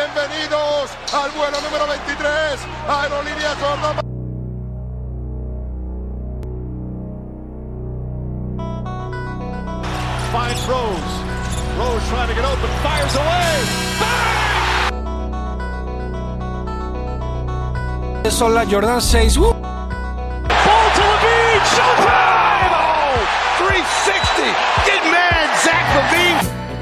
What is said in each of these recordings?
Bienvenidos al vuelo número 23, Aerolíneas Córdoba. Finds Rose. Rose trying to get open, fires away. Bang! Son las Jordan 6. Ball to LaVine. Showtime! Oh, 360. Get mad, Zach LaVine.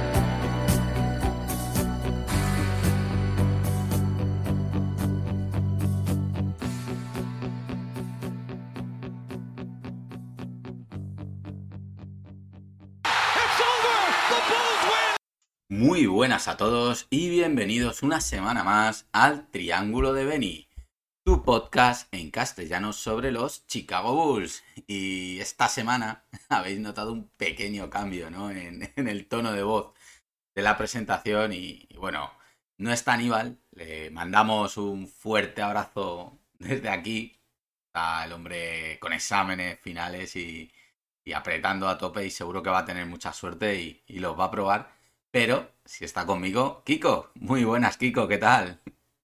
Muy buenas a todos y bienvenidos una semana más al Triángulo de Benny, tu podcast en castellano sobre los Chicago Bulls. Y esta semana habéis notado un pequeño cambio, ¿no? en el tono de voz de la presentación y bueno, no está Aníbal, le mandamos un fuerte abrazo desde aquí. Está el hombre con exámenes finales y apretando a tope y seguro que va a tener mucha suerte y los va a probar. Pero si está conmigo, Kiko. Muy buenas, Kiko, ¿qué tal?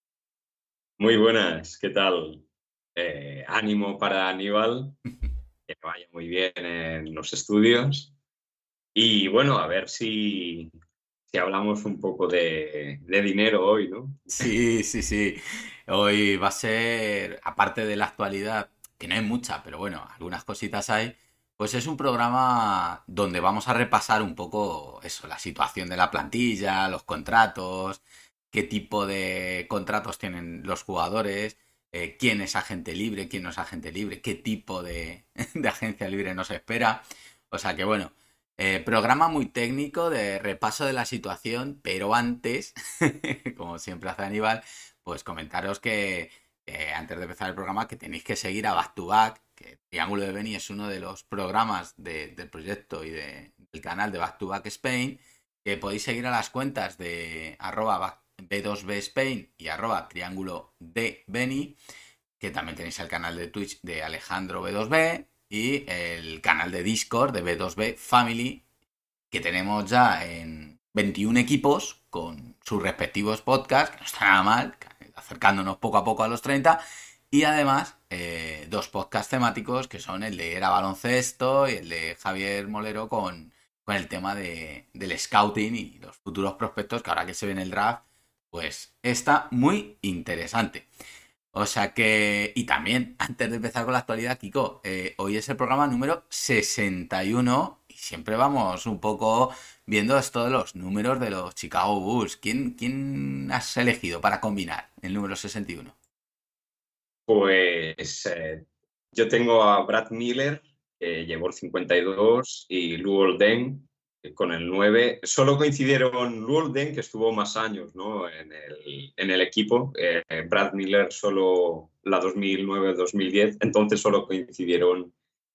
Muy buenas, ¿qué tal? Ánimo para Aníbal, que vaya muy bien en los estudios. Y bueno, a ver si hablamos un poco de dinero hoy, ¿no? Sí. Hoy va a ser, aparte de la actualidad, que no hay mucha, pero bueno, algunas cositas hay. Pues es un programa donde vamos a repasar un poco eso, la situación de la plantilla, los contratos, qué tipo de contratos tienen los jugadores, quién es agente libre, quién no es agente libre, qué tipo de agencia libre nos espera. O sea que bueno, programa muy técnico de repaso de la situación, pero antes, como siempre hace Aníbal, pues comentaros que antes de empezar el programa que tenéis que seguir a Back to Back, que Triángulo de Benny es uno de los programas del proyecto y del canal de Back to Back Spain, que podéis seguir a las cuentas de @B2B Spain y @Triángulo de Benny, que también tenéis el canal de Twitch de Alejandro B2B y el canal de Discord de B2B Family, que tenemos ya en 21 equipos con sus respectivos podcasts, que no está nada mal, acercándonos poco a poco a los 30, y además 2 podcasts temáticos que son el de Era Baloncesto y el de Javier Molero con el tema del scouting y los futuros prospectos, que ahora que se ve en el draft, pues está muy interesante. O sea que, y también, antes de empezar con la actualidad, Kiko, hoy es el programa número 61 y siempre vamos un poco viendo esto de los números de los Chicago Bulls. ¿Quién has elegido para combinar el número 61? Pues yo tengo a Brad Miller, que llevó el 52, y Luol Deng con el 9. Solo coincidieron Luol Deng, que estuvo más años, ¿no? en el equipo. Brad Miller solo la 2009-2010, entonces solo coincidieron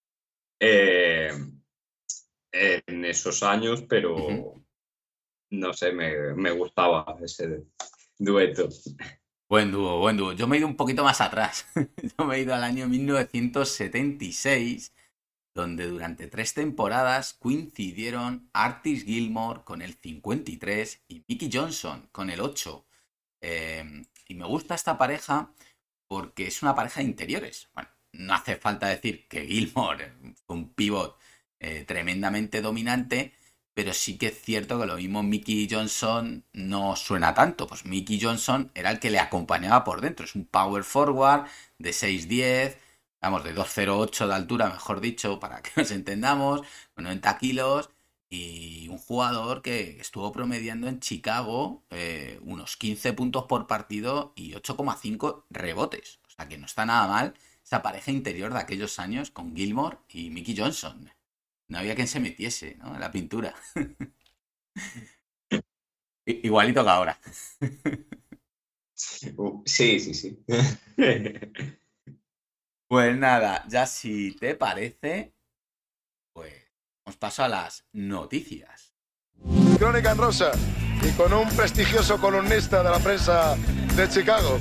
en esos años, pero no sé, me gustaba ese dueto. Buen dúo. Yo me he ido un poquito más atrás. Yo me he ido al año 1976, donde durante 3 temporadas coincidieron Artis Gilmore con el 53 y Mickey Johnson con el 8. Y me gusta esta pareja porque es una pareja de interiores. Bueno, no hace falta decir que Gilmore fue un pívot tremendamente dominante, pero sí que es cierto que lo mismo Mickey Johnson no suena tanto. Pues Mickey Johnson era el que le acompañaba por dentro. Es un power forward de 6'10", vamos, de 2'08" de altura, mejor dicho, para que nos entendamos, con 90 kilos, y un jugador que estuvo promediando en Chicago unos 15 puntos por partido y 8,5 rebotes. O sea que no está nada mal esa pareja interior de aquellos años con Gilmore y Mickey Johnson. No había quien se metiese, ¿no?, en la pintura. Igualito que ahora. Sí. Pues nada, ya si te parece, pues os paso a las noticias. Crónica en rosa y con un prestigioso columnista de la prensa de Chicago.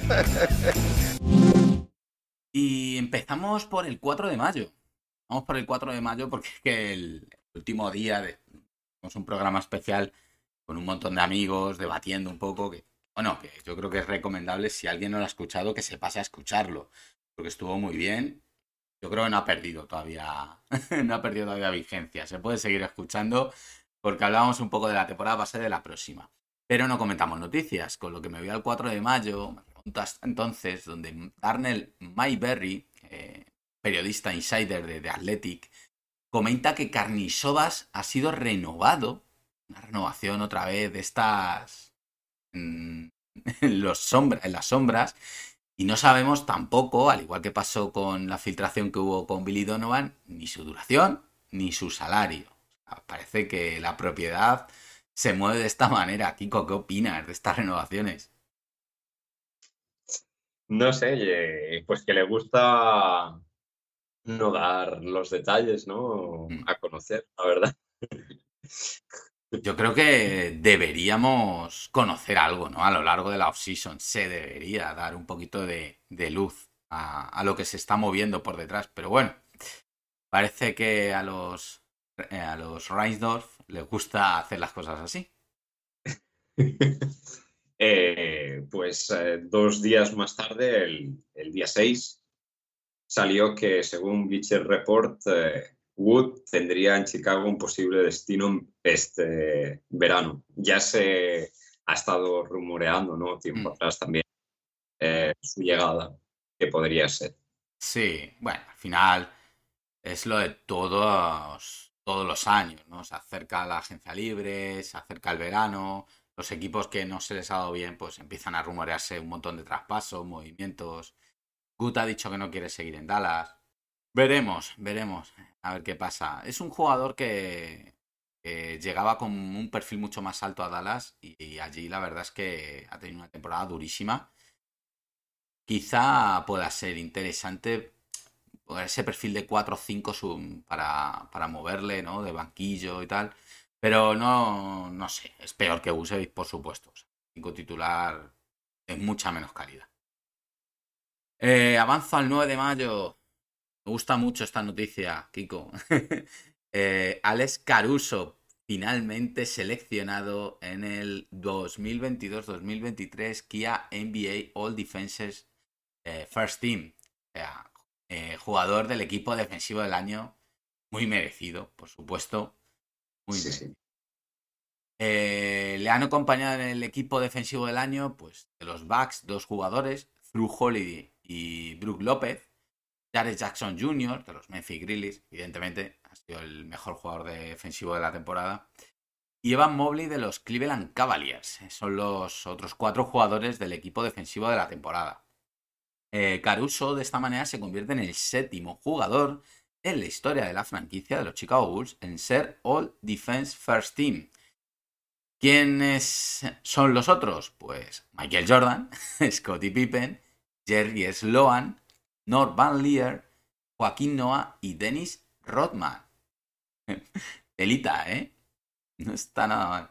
Y empezamos por el 4 de mayo. Vamos por el 4 de mayo porque es que el último día tenemos un programa especial con un montón de amigos debatiendo un poco, que Bueno, que yo creo que es recomendable, si alguien no lo ha escuchado, que se pase a escucharlo, porque estuvo muy bien. Yo creo que no ha perdido todavía, no ha perdido todavía vigencia. Se puede seguir escuchando porque hablábamos un poco de la temporada base de la próxima. Pero no comentamos noticias, con lo que me voy al 4 de mayo, me preguntas entonces, donde Darnell Mayberry, periodista insider de The Athletic, comenta que Karnišovas ha sido renovado, una renovación otra vez de estas en, en las sombras, y no sabemos tampoco, al igual que pasó con la filtración que hubo con Billy Donovan, ni su duración ni su salario. O sea, parece que la propiedad se mueve de esta manera. Kiko, ¿qué opinas de estas renovaciones? No sé, pues que le gusta no dar los detalles, ¿no? Mm. A conocer, la verdad. Yo creo que deberíamos conocer algo, ¿no? A lo largo de la off-season se debería dar un poquito de luz a lo que se está moviendo por detrás. Pero bueno, parece que a los Reinsdorf les gusta hacer las cosas así. Pues 2 días más tarde, el día 6, salió que según Bleacher Report, Wood tendría en Chicago un posible destino este verano. Ya se ha estado rumoreando, ¿no? Tiempo Mm. atrás también su llegada, que podría ser. Sí, bueno, al final es lo de todos los años, ¿no? Se acerca la agencia libre, se acerca el verano, los equipos que no se les ha dado bien, pues empiezan a rumorearse un montón de traspasos, movimientos. Gut ha dicho que no quiere seguir en Dallas. Veremos, a ver qué pasa. Es un jugador que llegaba con un perfil mucho más alto a Dallas y allí la verdad es que ha tenido una temporada durísima. Quizá pueda ser interesante ese perfil de 4 o 5 para moverle, ¿no? De banquillo y tal. Pero no sé, es peor que Vucevic, por supuesto. O sea, 5 titular es mucha menos calidad. Avanzo al 9 de mayo. Me gusta mucho esta noticia, Kiko. Alex Caruso, finalmente seleccionado en el 2022-2023 Kia NBA All Defenses First Team. O sea, jugador del equipo defensivo del año, muy merecido, por supuesto. Muy Sí, merecido. sí. Le han acompañado en el equipo defensivo del año, pues de los Bucks, 2 jugadores, Drew Holiday y Brook López. Jared Jackson Jr., de los Memphis Grizzlies, evidentemente, ha sido el mejor jugador defensivo de la temporada. Y Evan Mobley de los Cleveland Cavaliers. Son los otros 4 jugadores del equipo defensivo de la temporada. Caruso de esta manera se convierte en el 7º jugador en la historia de la franquicia de los Chicago Bulls en ser All Defense First Team. ¿Quiénes son los otros? Pues Michael Jordan, Scottie Pippen, Jerry Sloan, Norm Van Lier, Joaquín Noah y Dennis Rodman. Telita, ¿eh? No está nada mal.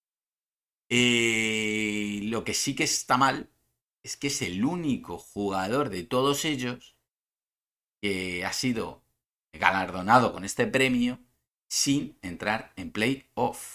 Lo que sí que está mal es que es el único jugador de todos ellos que ha sido galardonado con este premio sin entrar en playoff.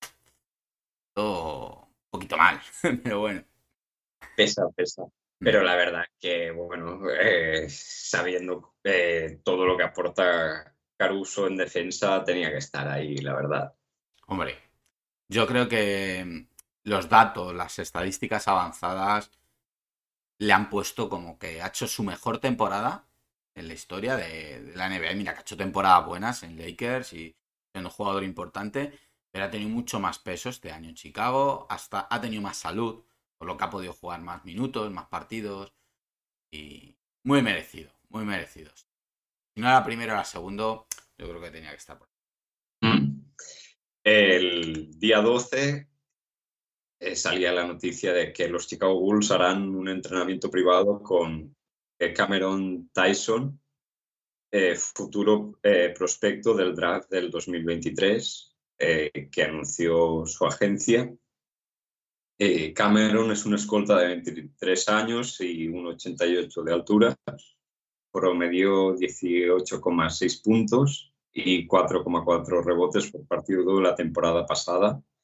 Todo un poquito mal, pero bueno. Pesa. Pero la verdad que, bueno, sabiendo todo lo que aporta Caruso en defensa, tenía que estar ahí, la verdad. Hombre, yo creo que los datos, las estadísticas avanzadas le han puesto como que ha hecho su mejor temporada en la historia de la NBA. Mira, que ha hecho temporadas buenas en Lakers y siendo un jugador importante, pero ha tenido mucho más peso este año en Chicago, hasta ha tenido más salud, por lo que ha podido jugar más minutos, más partidos y muy merecido, muy merecidos. Si no era primero, era segundo, yo creo que tenía que estar por ahí. El día 12 salía la noticia de que los Chicago Bulls harán un entrenamiento privado con Cameron Tyson, futuro prospecto del draft del 2023, que anunció su agencia. Cameron es una escolta de 23 años y 1,88 de altura. Promedió 18,6 puntos y 4,4 rebotes por partido de la temporada pasada.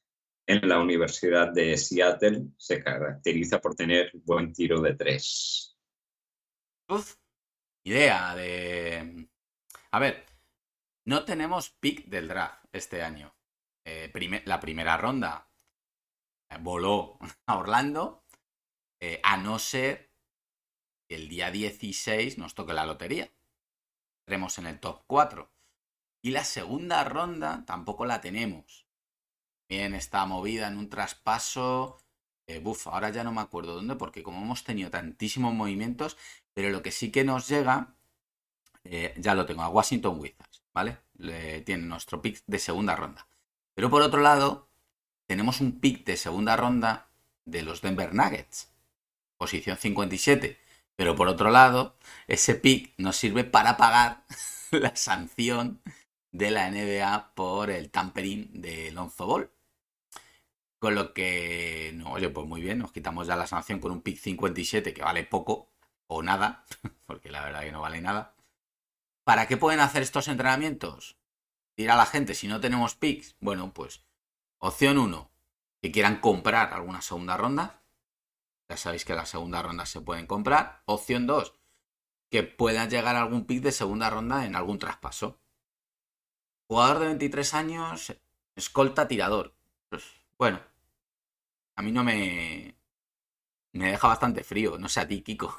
en la Universidad de Seattle. Se caracteriza por tener buen tiro de 3. Uf, idea de... A ver, no tenemos pick del draft este año. La primera ronda voló a Orlando, a no ser que el día 16 nos toque la lotería. Estaremos en el top 4. Y la segunda ronda tampoco la tenemos. Bien, está movida en un traspaso. Ahora ya no me acuerdo dónde, porque como hemos tenido tantísimos movimientos, pero lo que sí que nos llega, ya lo tengo, a Washington Wizards, ¿vale? Tiene nuestro pick de segunda ronda. Pero por otro lado, tenemos un pick de segunda ronda de los Denver Nuggets, posición 57. Pero por otro lado, ese pick nos sirve para pagar la sanción de la NBA por el tampering de Lonzo Ball. Con lo que, no, oye, pues muy bien, nos quitamos ya la sanción con un pick 57 que vale poco o nada, porque la verdad que no vale nada. ¿Para qué pueden hacer estos entrenamientos? Ir a la gente si no tenemos picks. Bueno, pues opción 1, que quieran comprar alguna segunda ronda. Ya sabéis que las segundas rondas se pueden comprar. Opción 2, que puedan llegar a algún pick de segunda ronda en algún traspaso. Jugador de 23 años, escolta tirador. Pues, bueno, a mí no me deja bastante frío. No sé a ti, Kiko.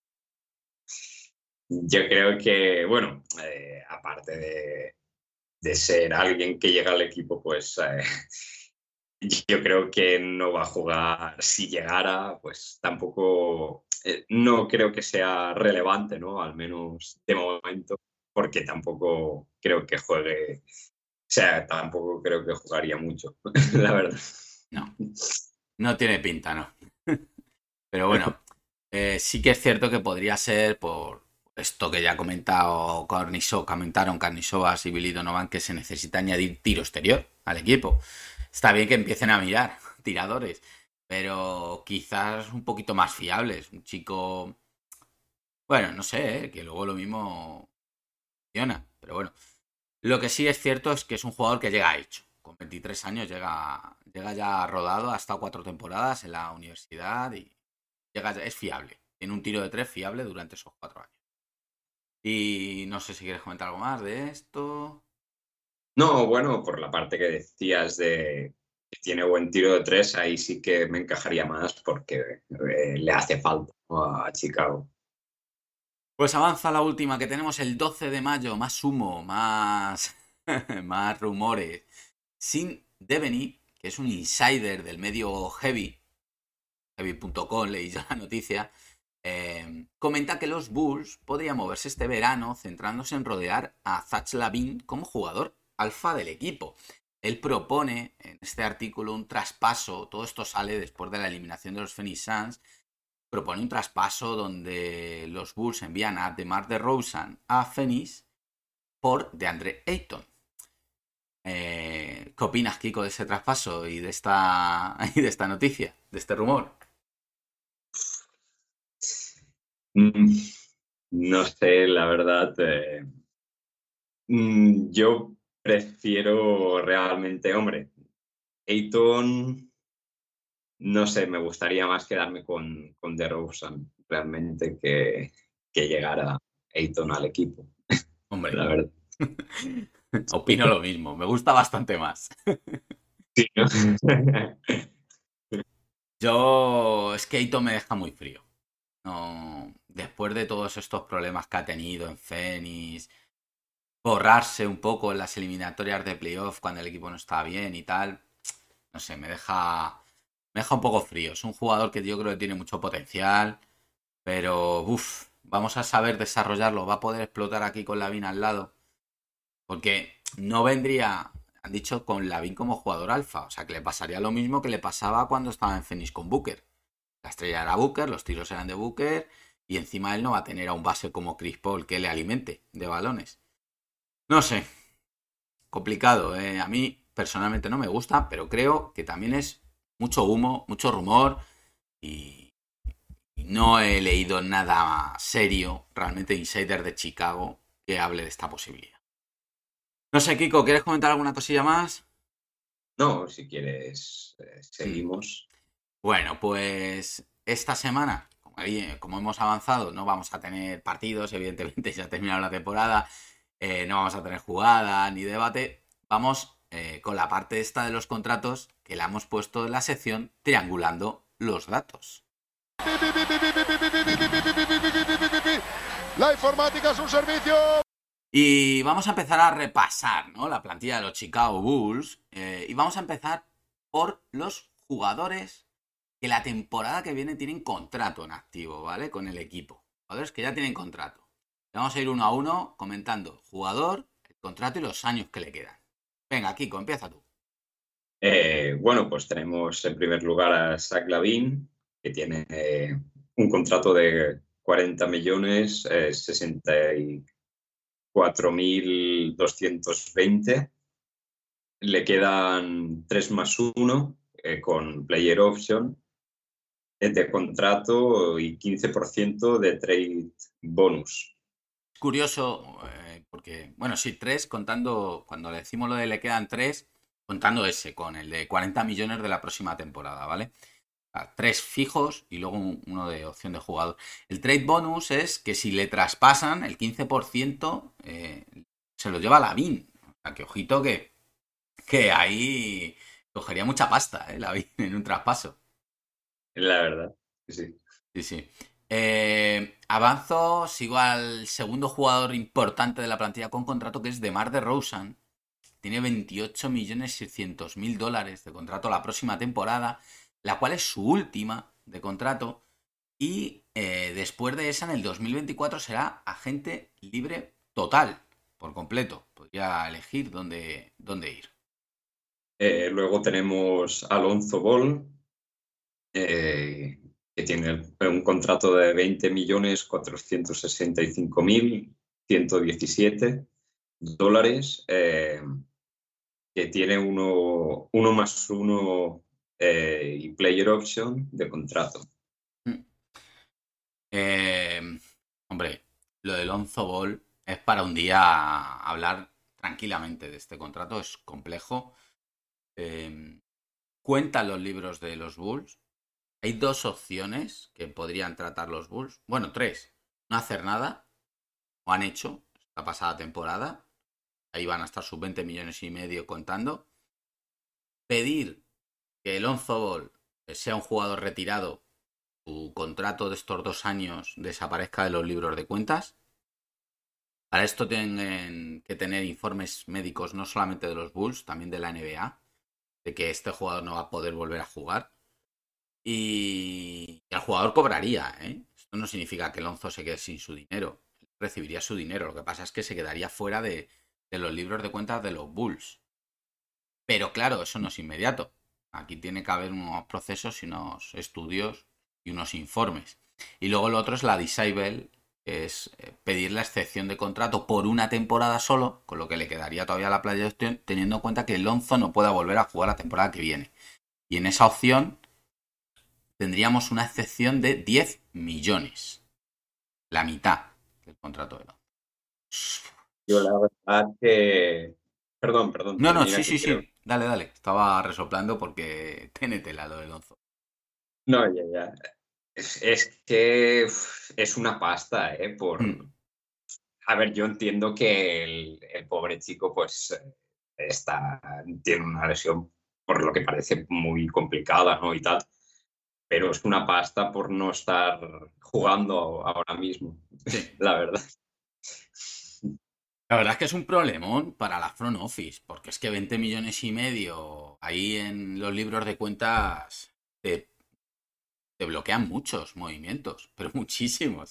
Yo creo que, bueno, aparte de ser alguien que llega al equipo, pues yo creo que no va a jugar. Si llegara, pues tampoco, no creo que sea relevante, ¿no? Al menos de momento, porque tampoco creo que juegue, o sea, tampoco creo que jugaría mucho, la verdad. No tiene pinta, ¿no? Pero bueno, sí que es cierto que podría ser por esto que ya ha comentado comentaron Karnisovas y Billy Donovan, que se necesita añadir tiro exterior al equipo. Está bien que empiecen a mirar tiradores, pero quizás un poquito más fiables. Un chico, bueno, no sé, que luego lo mismo funciona, pero bueno. Lo que sí es cierto es que es un jugador que llega hecho. Con 23 años llega ya rodado, ha estado 4 temporadas en la universidad y es fiable. Tiene un tiro de 3 fiable durante esos 4 años. Y no sé si quieres comentar algo más de esto. No, bueno, por la parte que decías de que tiene buen tiro de 3, ahí sí que me encajaría más porque le hace falta, ¿no?, a Chicago. Pues avanza la última, que tenemos el 12 de mayo, más humo, más rumores. Sin Deveney, que es un insider del medio heavy.com, leí yo la noticia, comenta que los Bulls podrían moverse este verano centrándose en rodear a Zach LaVine como jugador alfa del equipo. Él propone en este artículo un traspaso, todo esto sale después de la eliminación de los Phoenix Suns, propone un traspaso donde los Bulls envían a DeMar DeRozan a Phoenix por DeAndre Ayton. ¿Qué opinas, Kiko, de ese traspaso y de esta noticia, de este rumor? No sé, la verdad. Yo prefiero realmente, hombre, Ayton, no sé, me gustaría más quedarme con DeRozan realmente que llegara Ayton al equipo. Hombre, la verdad. Opino lo mismo, me gusta bastante más. Sí, ¿no? Yo, es que Ayton me deja muy frío. No, después de todos estos problemas que ha tenido en Phoenix, borrarse un poco en las eliminatorias de playoff cuando el equipo no está bien y tal, no sé, me deja un poco frío. Es un jugador que yo creo que tiene mucho potencial, pero vamos a saber desarrollarlo. Va a poder explotar aquí con LaVine al lado, porque no vendría, han dicho, con LaVine como jugador alfa, o sea que le pasaría lo mismo que le pasaba cuando estaba en Phoenix con Booker. La estrella era Booker, los tiros eran de Booker y encima él no va a tener a un base como Chris Paul que le alimente de balones. No sé, complicado, ¿eh? A mí personalmente no me gusta, pero creo que también es mucho humo, mucho rumor y no he leído nada serio, realmente insider de Chicago, que hable de esta posibilidad. No sé, Kiko, ¿quieres comentar alguna cosilla más? No, si quieres, seguimos. Bueno, pues esta semana, como hemos avanzado, no vamos a tener partidos, evidentemente ya ha terminado la temporada, no vamos a tener jugada ni debate. Vamos con la parte esta de los contratos que la hemos puesto en la sección triangulando los datos. La informática es un servicio. Y vamos a empezar a repasar, ¿no?, la plantilla de los Chicago Bulls. Y vamos a empezar por los jugadores que la temporada que viene tienen contrato en activo, ¿vale? Con el equipo. Jugadores que ya tienen contrato. Vamos a ir uno a uno comentando jugador, el contrato y los años que le quedan. Venga, Kiko, empieza tú. Bueno, pues tenemos en primer lugar a Zach LaVine, que tiene un contrato de 40 millones, 64.220. Le quedan 3 más 1 con player option de contrato y 15% de trade bonus. Es curioso, porque, bueno, sí, 3 contando, cuando le decimos lo de le quedan 3, contando ese, con el de 40 millones de la próxima temporada, ¿vale? 3 fijos y luego uno de opción de jugador. El trade bonus es que si le traspasan el 15%, se lo lleva LaVine. O sea, que ojito que ahí cogería mucha pasta, LaVine en un traspaso. La verdad, sí. Sí. Avanzo, sigo al segundo jugador importante de la plantilla con contrato, que es DeMar DeRozan. Tiene 28.600.000 de contrato la próxima temporada, la cual es su última de contrato. Y después de esa, en el 2024, será agente libre total, por completo. Podría elegir dónde ir. Luego tenemos Alonzo Ball, que tiene un contrato de 20.465.117 $, que tiene uno más 1 y player option de contrato. Hombre, lo de Alonzo Ball es para un día hablar tranquilamente de este contrato. Es complejo. Cuentan los libros de los Bulls. Hay 2 opciones que podrían tratar los Bulls. Bueno, 3. No hacer nada. O han hecho la pasada temporada. Ahí van a estar sus 20 millones y medio contando. Pedir que Alonzo Ball sea un jugador retirado, su contrato de estos 2 años desaparezca de los libros de cuentas. Para esto tienen que tener informes médicos no solamente de los Bulls, también de la NBA, de que este jugador no va a poder volver a jugar. Y el jugador cobraría, ¿eh? Esto no significa que Alonzo se quede sin su dinero. Recibiría su dinero. Lo que pasa es que se quedaría fuera de los libros de cuentas de los Bulls. Pero claro, eso no es inmediato. Aquí tiene que haber unos procesos y unos estudios y unos informes. Y luego lo otro es la disable, que es pedir la excepción de contrato por una temporada solo, con lo que le quedaría todavía la playa de opción, teniendo en cuenta que Alonzo no pueda volver a jugar la temporada que viene. Y en esa opción tendríamos una excepción de 10 millones. La mitad del contrato de Alonzo. Yo la verdad que... Perdón. No, termina, sí. creo. Dale. Estaba resoplando porque ténetela lo de Alonzo. No, ya. Es que es una pasta, por... A ver, yo entiendo que el pobre chico pues tiene una lesión por lo que parece muy complicada, ¿no? Y tal, pero es una pasta por no estar jugando ahora mismo, Sí. la verdad. La verdad es que es un problemón para la front office, porque es que 20 millones y medio ahí en los libros de cuentas te bloquean muchos movimientos, pero muchísimos.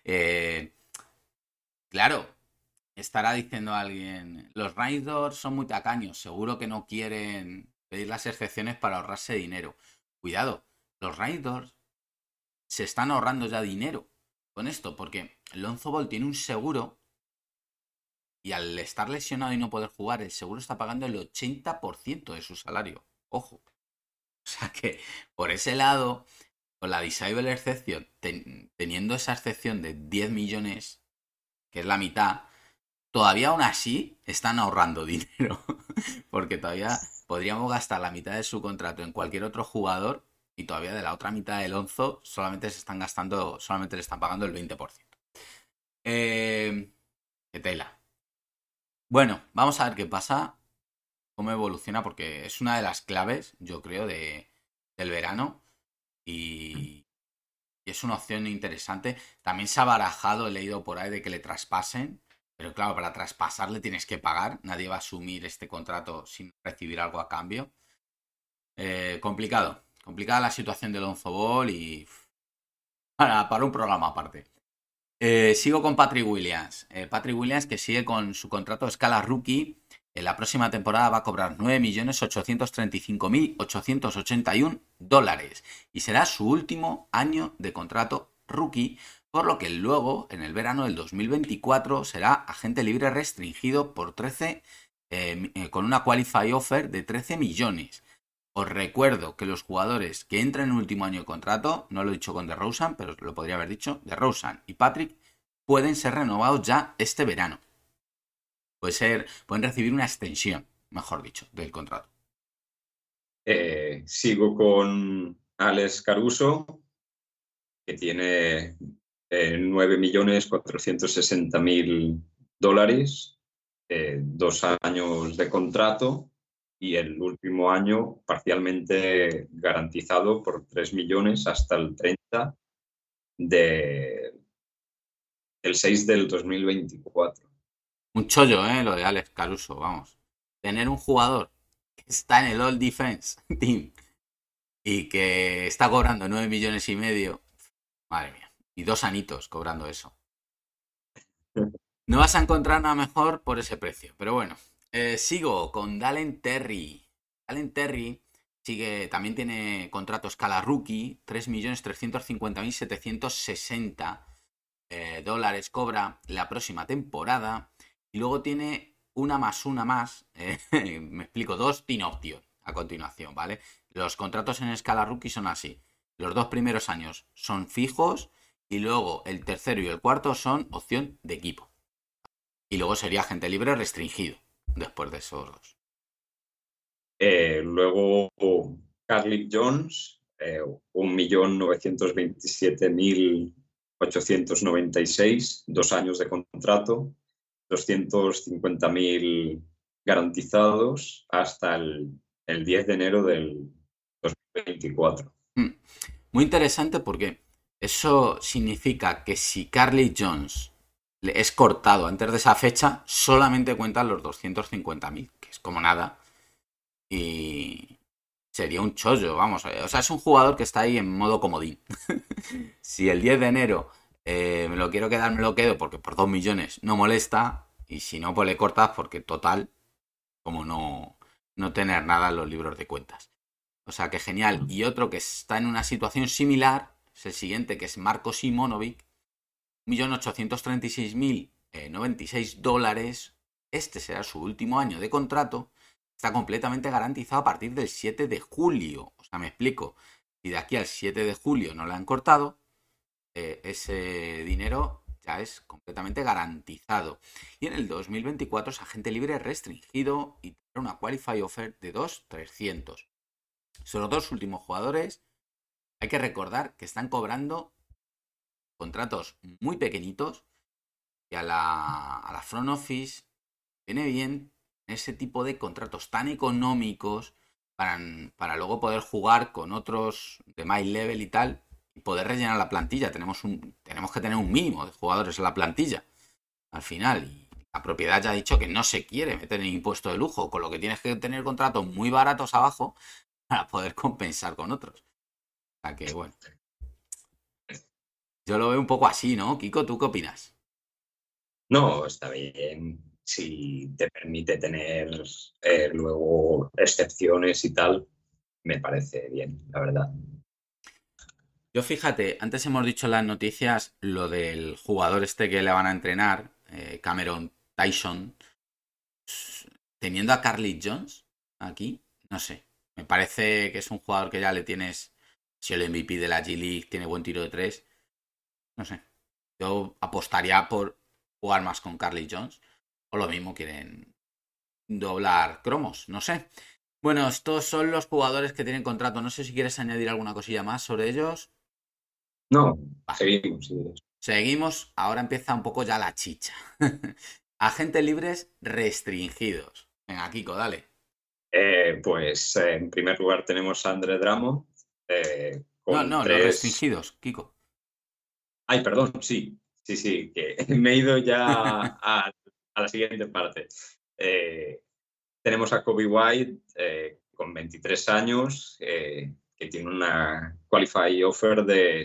Claro, estará diciendo alguien, los Raiders son muy tacaños, seguro que no quieren pedir las excepciones para ahorrarse dinero. Cuidado, los Raiders se están ahorrando ya dinero con esto, porque Alonzo Ball tiene un seguro y al estar lesionado y no poder jugar, el seguro está pagando el 80% de su salario. Ojo. O sea que por ese lado, con la disable exception, teniendo esa excepción de 10 millones, que es la mitad, todavía aún así están ahorrando dinero. Porque todavía podríamos gastar la mitad de su contrato en cualquier otro jugador y todavía de la otra mitad del onzo solamente le están pagando el 20%. Qué tela. Bueno, vamos a ver qué pasa, cómo evoluciona, porque es una de las claves, yo creo, del verano y es una opción interesante. También se ha barajado, he leído por ahí, de que le traspasen, pero claro, para traspasarle tienes que pagar, nadie va a asumir este contrato sin recibir algo a cambio. Complicada la situación del Lonzo Ball y para un programa aparte. Sigo con Patrick Williams. Patrick Williams, que sigue con su contrato a escala rookie. En la próxima temporada va a cobrar $9.835.881 y será su último año de contrato rookie, por lo que luego, en el verano del 2024, será agente libre restringido por 13, con una qualify offer de 13 millones. Os recuerdo que los jugadores que entran en el último año de contrato, no lo he dicho con DeRozan, pero lo podría haber dicho, DeRozan y Patrick, pueden ser renovados ya este verano. Pueden recibir una extensión, mejor dicho, del contrato. Sigo con Alex Caruso, que tiene $9.460.000, 2 años de contrato y el último año parcialmente garantizado por 3 millones hasta el 30 del 6 del 2024. Un chollo, lo de Alex Caruso, vamos. Tener un jugador que está en el All Defense Team y que está cobrando 9 millones y medio, madre mía, y 2 anitos cobrando eso. No vas a encontrar nada mejor por ese precio, pero bueno. Sigo con Dalen Terry. Dalen Terry también tiene contrato escala rookie, $3.350.760 cobra la próxima temporada. Y luego tiene una más, me explico, 2 team option a continuación, ¿vale? Los contratos en escala rookie son así. Los 2 primeros años son fijos y luego el tercero y el cuarto son opción de equipo. Y luego sería agente libre restringido después de esos 2. Luego Carlik Jones, 1.927.896, 2 años de contrato, 250.000 garantizados hasta el 10 de enero del 2024. Muy interesante porque eso significa que si Carlik Jones es cortado antes de esa fecha, solamente cuentan los 250.000, que es como nada. Y sería un chollo, vamos. O sea, es un jugador que está ahí en modo comodín. Si el 10 de enero me lo quiero quedar, me lo quedo porque por 2 millones no molesta. Y si no, pues le cortas porque total, como no tener nada en los libros de cuentas. O sea que genial. Y otro que está en una situación similar es el siguiente, que es Marko Simonovic. $1.835.096. Este será su último año de contrato. Está completamente garantizado a partir del 7 de julio. O sea, me explico. Si de aquí al 7 de julio no le han cortado, ese dinero ya es completamente garantizado. Y en el 2024 es agente libre restringido y tendrá una qualify offer de 2.300. Son los 2 últimos jugadores. Hay que recordar que están cobrando contratos muy pequeñitos y a la front office viene bien ese tipo de contratos tan económicos para luego poder jugar con otros de my level y tal y poder rellenar la plantilla. Tenemos que tener un mínimo de jugadores en la plantilla al final, y la propiedad ya ha dicho que no se quiere meter en impuesto de lujo, con lo que tienes que tener contratos muy baratos abajo para poder compensar con otros. O sea que bueno, yo lo veo un poco así, ¿no? Kiko, ¿tú qué opinas? No, está bien si te permite tener luego excepciones y tal, me parece bien, la verdad. Yo fíjate, antes hemos dicho en las noticias lo del jugador este que le van a entrenar, Cameron Tyson, teniendo a Carlik Jones aquí, no sé, me parece que es un jugador que ya le tienes, si el MVP de la G-League tiene buen tiro de 3, no sé, yo apostaría por jugar más con Carlik Jones, o lo mismo quieren doblar cromos, no sé. Bueno, estos son los jugadores que tienen contrato. No sé si quieres añadir alguna cosilla más sobre ellos. No, Vale. seguimos. Si quieres. Seguimos. Ahora empieza un poco ya la chicha. Agentes libres restringidos. Venga, Kiko, dale. Pues en primer lugar tenemos a Andre Drummond No, con no, los tres... restringidos, Kiko. Ay, perdón, sí, que me he ido ya a la siguiente parte. Eh, Tenemos a Kobe White con 23 años, que tiene una qualify offer de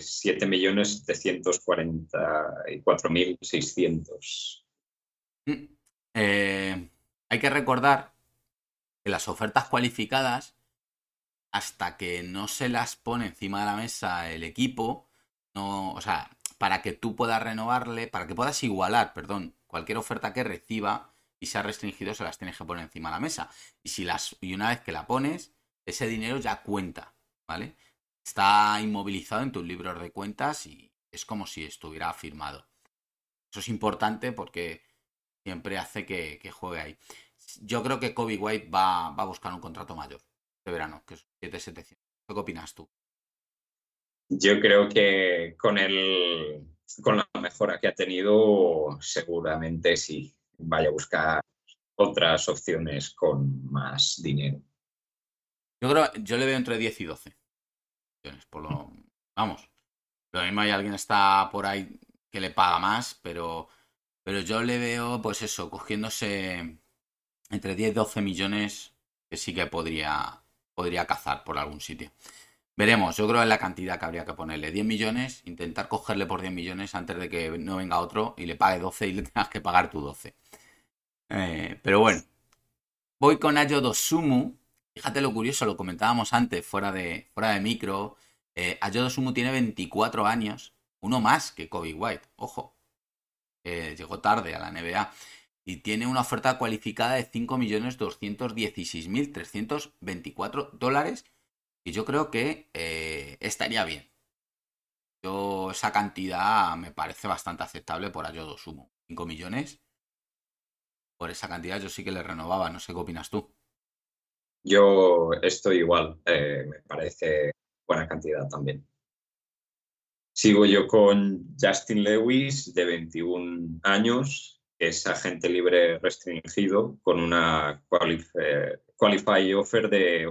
7.744.600. Mm. Hay que recordar que las ofertas cualificadas, hasta que no se las pone encima de la mesa el equipo, no, o sea, para que tú puedas renovarle, para que puedas igualar, perdón, cualquier oferta que reciba y sea restringido, se las tienes que poner encima de la mesa. Y una vez que la pones, ese dinero ya cuenta, ¿vale? Está inmovilizado en tus libros de cuentas y es como si estuviera firmado. Eso es importante porque siempre hace que juegue ahí. Yo creo que Kobe White va a buscar un contrato mayor de verano, que es 7.700. ¿Qué opinas tú? Yo creo que con la mejora que ha tenido, seguramente sí vaya a buscar otras opciones con más dinero. Yo le veo entre 10 y 12 millones, vamos. Lo mismo hay alguien está por ahí que le paga más, pero yo le veo, pues eso, cogiéndose entre 10 y 12 millones que sí que podría cazar por algún sitio. Veremos, yo creo en la cantidad que habría que ponerle. 10 millones, intentar cogerle por 10 millones antes de que no venga otro y le pague 12 y le tengas que pagar tú 12. Pero bueno, voy con Ayo Dosumu. Fíjate lo curioso, lo comentábamos antes, fuera de micro. Ayo Dosumu tiene 24 años, uno más que Kobe White, ojo. Llegó tarde a la NBA. Y tiene una oferta cualificada de 5.216.324 dólares. Y yo creo que estaría bien. Esa cantidad me parece bastante aceptable por Ayo Dosumu. 5 millones. Por esa cantidad yo sí que le renovaba. No sé qué opinas tú. Yo estoy igual, me parece buena cantidad también. Sigo yo con Justin Lewis, de 21 años, que es agente libre restringido, con una qualify offer de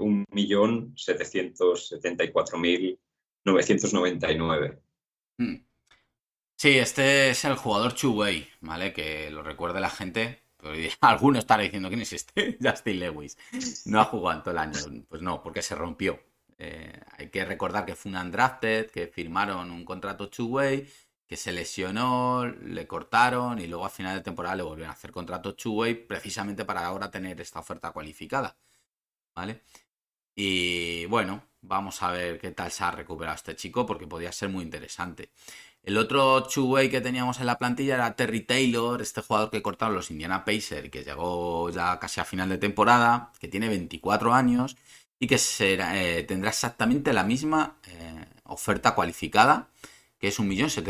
1.774.999. Mm. Sí, este es el jugador Chu-Wei, ¿vale? Que lo recuerde la gente. Pero alguno estará diciendo, ¿quién es este? Justin Lewis. No ha jugado en todo el año. Pues no, porque se rompió. Hay que recordar que fue un undrafted, que firmaron un contrato two-way, que se lesionó, le cortaron y luego a final de temporada le volvieron a hacer contrato two-way precisamente para ahora tener esta oferta cualificada, ¿vale? Y bueno, vamos a ver qué tal se ha recuperado este chico porque podía ser muy interesante. El otro two-way que teníamos en la plantilla era Terry Taylor, este jugador que cortaron los Indiana Pacers, que llegó ya casi a final de temporada, que tiene 24 años y que tendrá exactamente la misma oferta cualificada, que es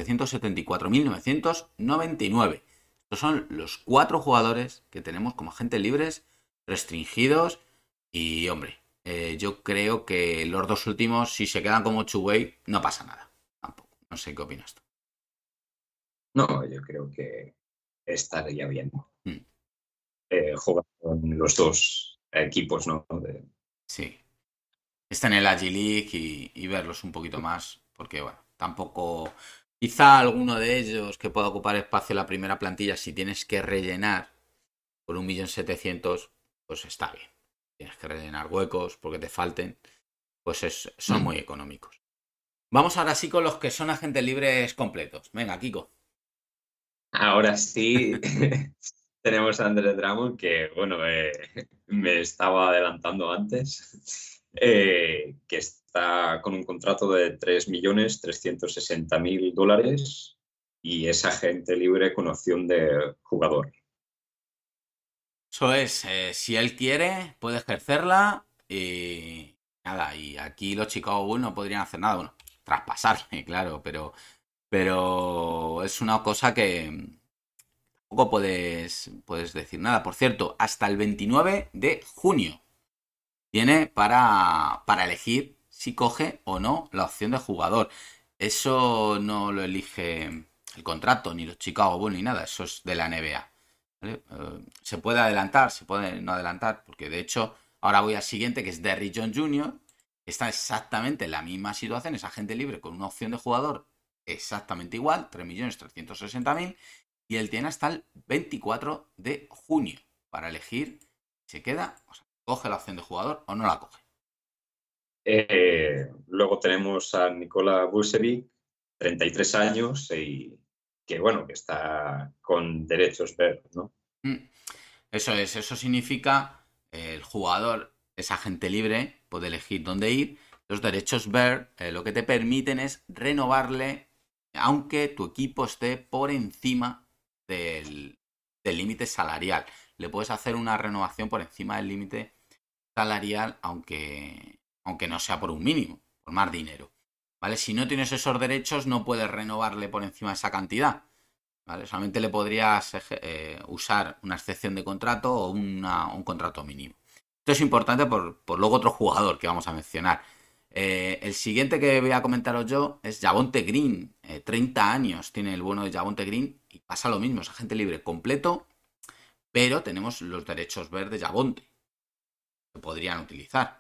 1.774.999. Estos son los 4 jugadores que tenemos como agentes libres restringidos y, hombre, yo creo que los 2 últimos, si se quedan como two-way, no pasa nada. Tampoco. No sé qué opinas tú. No, yo creo que estaría bien Mm. jugar con los dos equipos, ¿no? Sí. Están en la G-League y verlos un poquito más, porque bueno, tampoco... Quizá alguno de ellos que pueda ocupar espacio en la primera plantilla, si tienes que rellenar por 1.700.000, pues está bien. Tienes que rellenar huecos porque te falten, pues son muy económicos. Vamos ahora sí con los que son agentes libres completos. Venga, Kiko. Ahora sí, tenemos a Andre Drummond, que bueno, me estaba adelantando antes, que está con un contrato de 3.360.000 dólares y es agente libre con opción de jugador. Eso es, si él quiere, puede ejercerla y nada, y aquí los Chicago Bulls no podrían hacer nada, bueno, traspasarle, claro, pero es una cosa que tampoco puedes decir nada. Por cierto, hasta el 29 de junio tiene para elegir si coge o no la opción de jugador. Eso no lo elige el contrato, ni los Chicago Bulls, ni nada. Eso es de la NBA. ¿Vale? Se puede adelantar, se puede no adelantar, porque de hecho ahora voy al siguiente, que es Derrick Jones Jr., que está exactamente en la misma situación, es agente libre con una opción de jugador exactamente igual, 3.360.000, y él tiene hasta el 24 de junio para elegir si se queda, o sea, coge la opción de jugador o no la coge. Luego tenemos a Nikola Vucevic, 33 años, y que bueno, que está con derechos verdes, ¿no? Eso es, eso significa el jugador es agente libre, puede elegir dónde ir. Los derechos ver lo que te permiten es renovarle aunque tu equipo esté por encima del límite salarial. Le puedes hacer una renovación por encima del límite salarial aunque no sea por un mínimo, por más dinero. ¿Vale? Si no tienes esos derechos no puedes renovarle por encima de esa cantidad. ¿Vale? Solamente le podrías usar una excepción de contrato o un contrato mínimo. Esto es importante por luego otro jugador que vamos a mencionar. El siguiente que voy a comentaros yo es Javonte Green. 30 años tiene el bono de Javonte Green y pasa lo mismo, es agente libre completo, pero tenemos los derechos verdes de Javonte que podrían utilizar.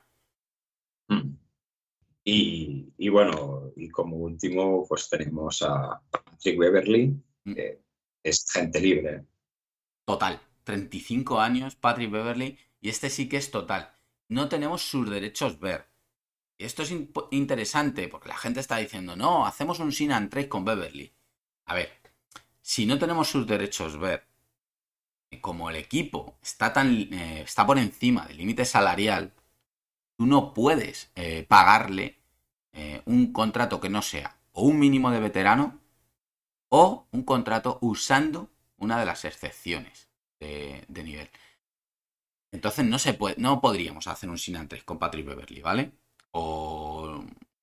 Y bueno, y como último, pues tenemos a Patrick Beverley, que es agente libre. Total, 35 años, Patrick Beverley, y este sí que es total. No tenemos sus derechos ver. Y esto es interesante porque la gente está diciendo, no, hacemos un sign and trade con Beverley. A ver, si no tenemos sus derechos ver, como el equipo está por encima del límite salarial, tú no puedes pagarle un contrato que no sea o un mínimo de veterano o un contrato usando una de las excepciones de nivel. Entonces no podríamos hacer un sign and trade con Patrick Beverley, ¿vale? O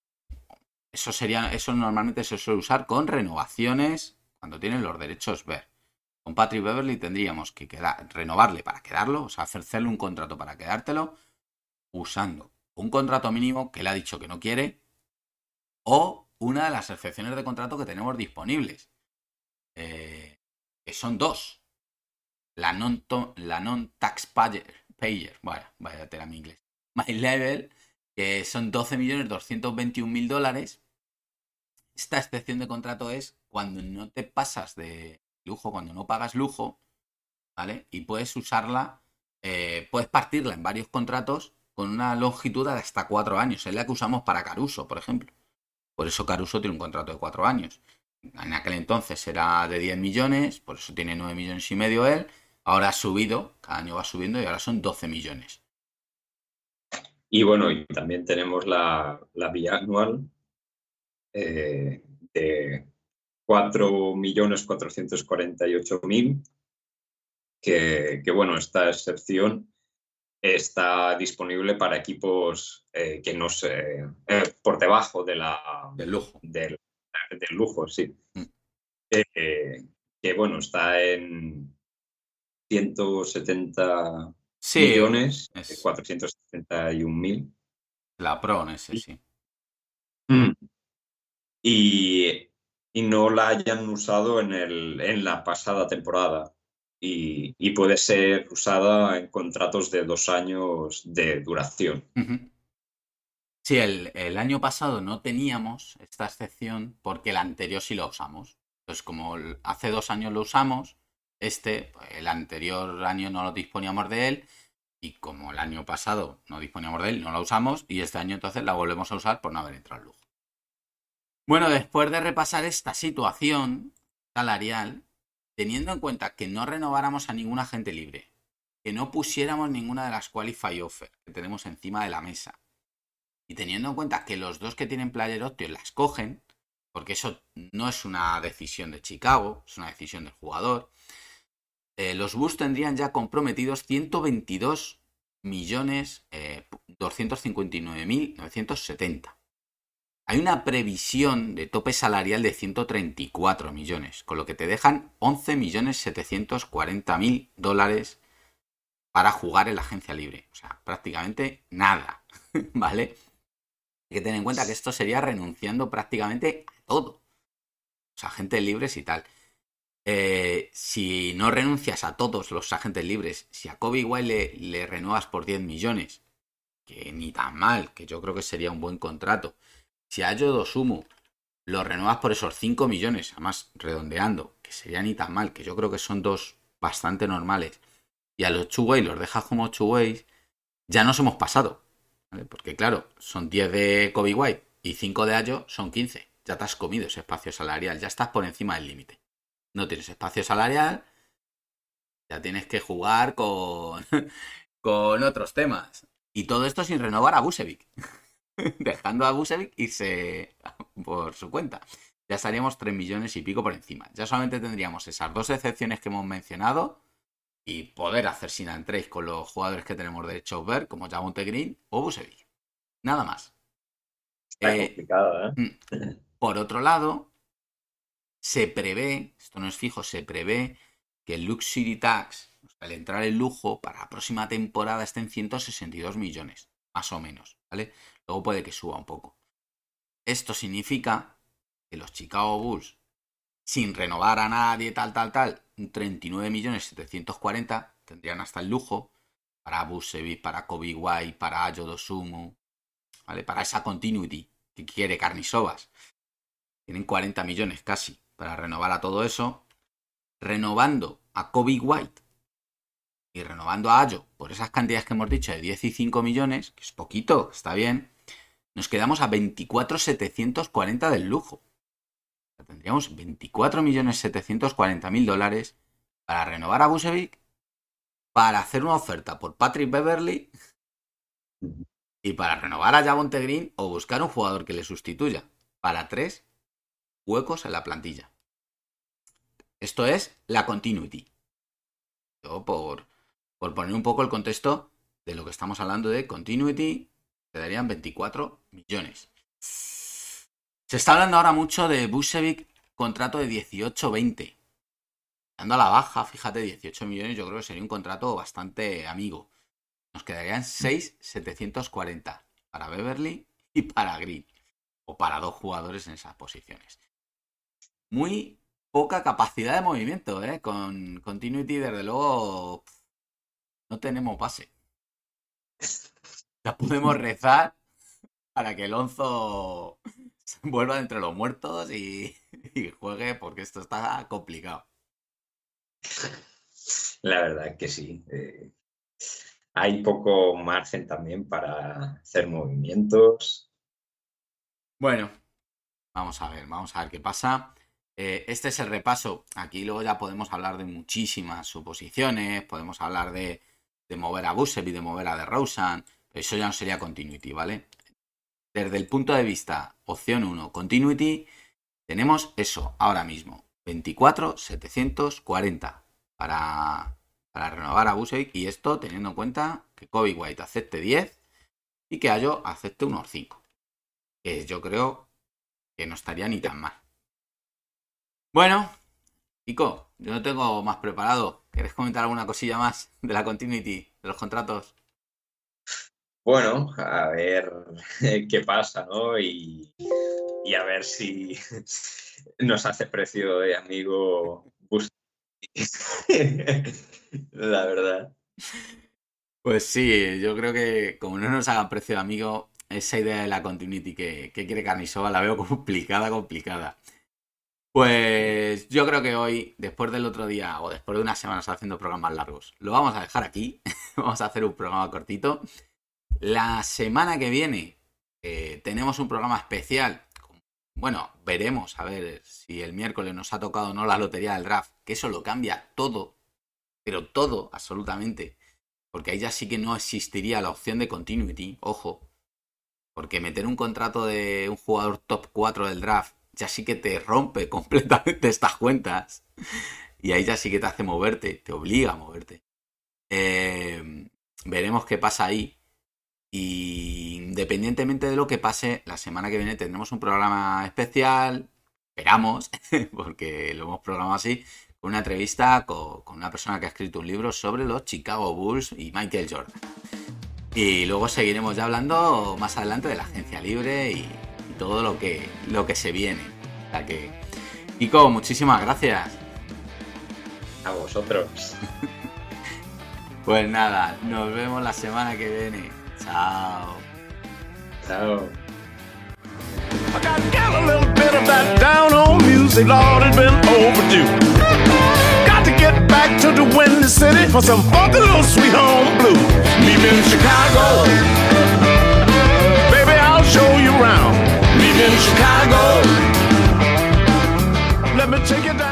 eso normalmente se suele usar con renovaciones cuando tienen los derechos ver. Con Patrick Beverley tendríamos que renovarle para quedarlo, o sea, hacerle un contrato para quedártelo, usando un contrato mínimo que él ha dicho que no quiere, o una de las excepciones de contrato que tenemos disponibles, que son dos. La non-tax payer, vaya tela mi inglés, My Level, que son $12.221.000. Esta excepción de contrato es cuando no te pasas de lujo, cuando no pagas lujo, ¿vale? Y puedes usarla, puedes partirla en varios contratos con una longitud de hasta 4 años. Es la que usamos para Caruso, por ejemplo. Por eso Caruso tiene un contrato de 4 años. En aquel entonces era de 10 millones, por eso tiene 9,5 millones él. Ahora ha subido, cada año va subiendo y ahora son 12 millones. Y bueno, y también tenemos la bianual de 4.448.000, que bueno, esta excepción está disponible para equipos que no sé, por debajo del lujo. Del lujo, sí. Que bueno, está en 170 millones, 471.000. La Pro en ese, sí. Y no la hayan usado en la pasada temporada. Y puede ser usada en contratos de 2 años de duración. Sí, el año pasado no teníamos esta excepción porque el anterior sí lo usamos. Entonces, como hace 2 años lo usamos, el anterior año no lo disponíamos de él, y como el año pasado no disponíamos de él, no la usamos, y este año entonces la volvemos a usar por no haber entrado al lujo. Bueno, después de repasar esta situación salarial, teniendo en cuenta que no renováramos a ningún agente libre, que no pusiéramos ninguna de las qualify offer que tenemos encima de la mesa, y teniendo en cuenta que los dos que tienen player option las cogen, porque eso no es una decisión de Chicago, es una decisión del jugador, los Bulls tendrían ya comprometidos 122.259.970. Hay una previsión de tope salarial de 134 millones, con lo que te dejan $11.740.000 para jugar en la agencia libre. O sea, prácticamente nada, ¿vale? Hay que tener en cuenta que esto sería renunciando prácticamente a todo. O sea, agentes libres y tal. Si no renuncias a todos los agentes libres, si a Kobe White le renuevas por 10 millones, que ni tan mal, que yo creo que sería un buen contrato. Si a Ayo Dosunmu lo renuevas por esos 5 millones, además redondeando, que sería ni tan mal, que yo creo que son dos bastante normales, y a los two-way los dejas como two-ways, ya nos hemos pasado, ¿vale? Porque claro, son 10 de Kobe White y 5 de Ayo, son 15. Ya te has comido ese espacio salarial, ya estás por encima del límite. No tienes espacio salarial, ya tienes que jugar con otros temas. Y todo esto sin renovar a Vucevic. Dejando a Vucevic irse por su cuenta. Ya estaríamos 3 millones y pico por encima. Ya solamente tendríamos esas dos excepciones que hemos mencionado y poder hacer sin and trade con los jugadores que tenemos derecho a ver, como Javonte Green o Vucevic. Nada más. Está complicado, Por otro lado, se prevé, esto no es fijo, se prevé que el Luxury Tax, o sea, el entrar en lujo, para la próxima temporada esté en 162 millones, más o menos, ¿vale? Luego puede que suba un poco. Esto significa que los Chicago Bulls, sin renovar a nadie, tal, 39.740.000, tendrían hasta el lujo para Vucevic, para Kobe White, para Ayo Dosunmu, ¿vale? Para esa continuity que quiere Karnisovas. Tienen 40 millones casi para renovar a todo eso. Renovando a Kobe White y renovando a Ayo por esas cantidades que hemos dicho de 10 y 5 millones, que es poquito, está bien, nos quedamos a 24.740 del lujo. O sea, tendríamos 24.740.000 dólares para renovar a Vucevic, para hacer una oferta por Patrick Beverley y para renovar a Javonte Green o buscar un jugador que le sustituya. Para 3 huecos en la plantilla. Esto es la continuity. Yo por poner un poco el contexto de lo que estamos hablando de continuity, quedarían 24 millones. Se está hablando ahora mucho de Vucevic, contrato de 18-20. Dando a la baja, fíjate, 18 millones, yo creo que sería un contrato bastante amigo. Nos quedarían 6.740 para Beverley y para Green. O para dos jugadores en esas posiciones. Muy poca capacidad de movimiento, ¿eh? Con continuity, desde luego, no tenemos base. Ya podemos rezar para que Lonzo vuelva entre los muertos y juegue, porque esto está complicado. La verdad que sí. Hay poco margen también para hacer movimientos. Bueno, vamos a ver qué pasa. Este es el repaso. Aquí luego ya podemos hablar de muchísimas suposiciones, podemos hablar de mover a Vucevic, de mover a DeRozan, pero eso ya no sería continuity, ¿vale? Desde el punto de vista opción 1, continuity, tenemos eso ahora mismo, 24.740 para renovar a Vucevic, y esto teniendo en cuenta que Kobe White acepte 10 y que Ayo acepte unos 5, que yo creo que no estaría ni tan mal. Bueno, Kiko, yo no tengo más preparado. ¿Quieres comentar alguna cosilla más de la continuity, de los contratos? Bueno, a ver qué pasa, ¿no? Y a ver si nos hace precio de amigo la verdad. Pues sí, yo creo que como no nos hagan precio de amigo, esa idea de la continuity que quiere Karnisova la veo complicada. Pues yo creo que hoy, después del otro día o después de unas semanas haciendo programas largos, lo vamos a dejar aquí. Vamos a hacer un programa cortito. La semana que viene tenemos un programa especial. Bueno, veremos a ver si el miércoles nos ha tocado o no la lotería del draft, que eso lo cambia todo, pero todo, absolutamente. Porque ahí ya sí que no existiría la opción de continuity, ojo. Porque meter un contrato de un jugador top 4 del draft ya sí que te rompe completamente estas cuentas. Y ahí ya sí que te hace moverte, te obliga a moverte. Veremos qué pasa ahí. Y independientemente de lo que pase, la semana que viene tendremos un programa especial. Esperamos, porque lo hemos programado así, una entrevista con una persona que ha escrito un libro sobre los Chicago Bulls y Michael Jordan. Y luego seguiremos ya hablando más adelante de la agencia libre y todo lo que se viene. O sea que, Kiko, muchísimas gracias. A vosotros. Pues nada, nos vemos la semana que viene. Chao. Chao. I got a little bit of that down home music, Lord, it's been overdue. Got to get back to the Windy City for some funky little sweet home blues. Meet me in Chicago, baby, I'll show you around. Meet me in Chicago, let me take you down.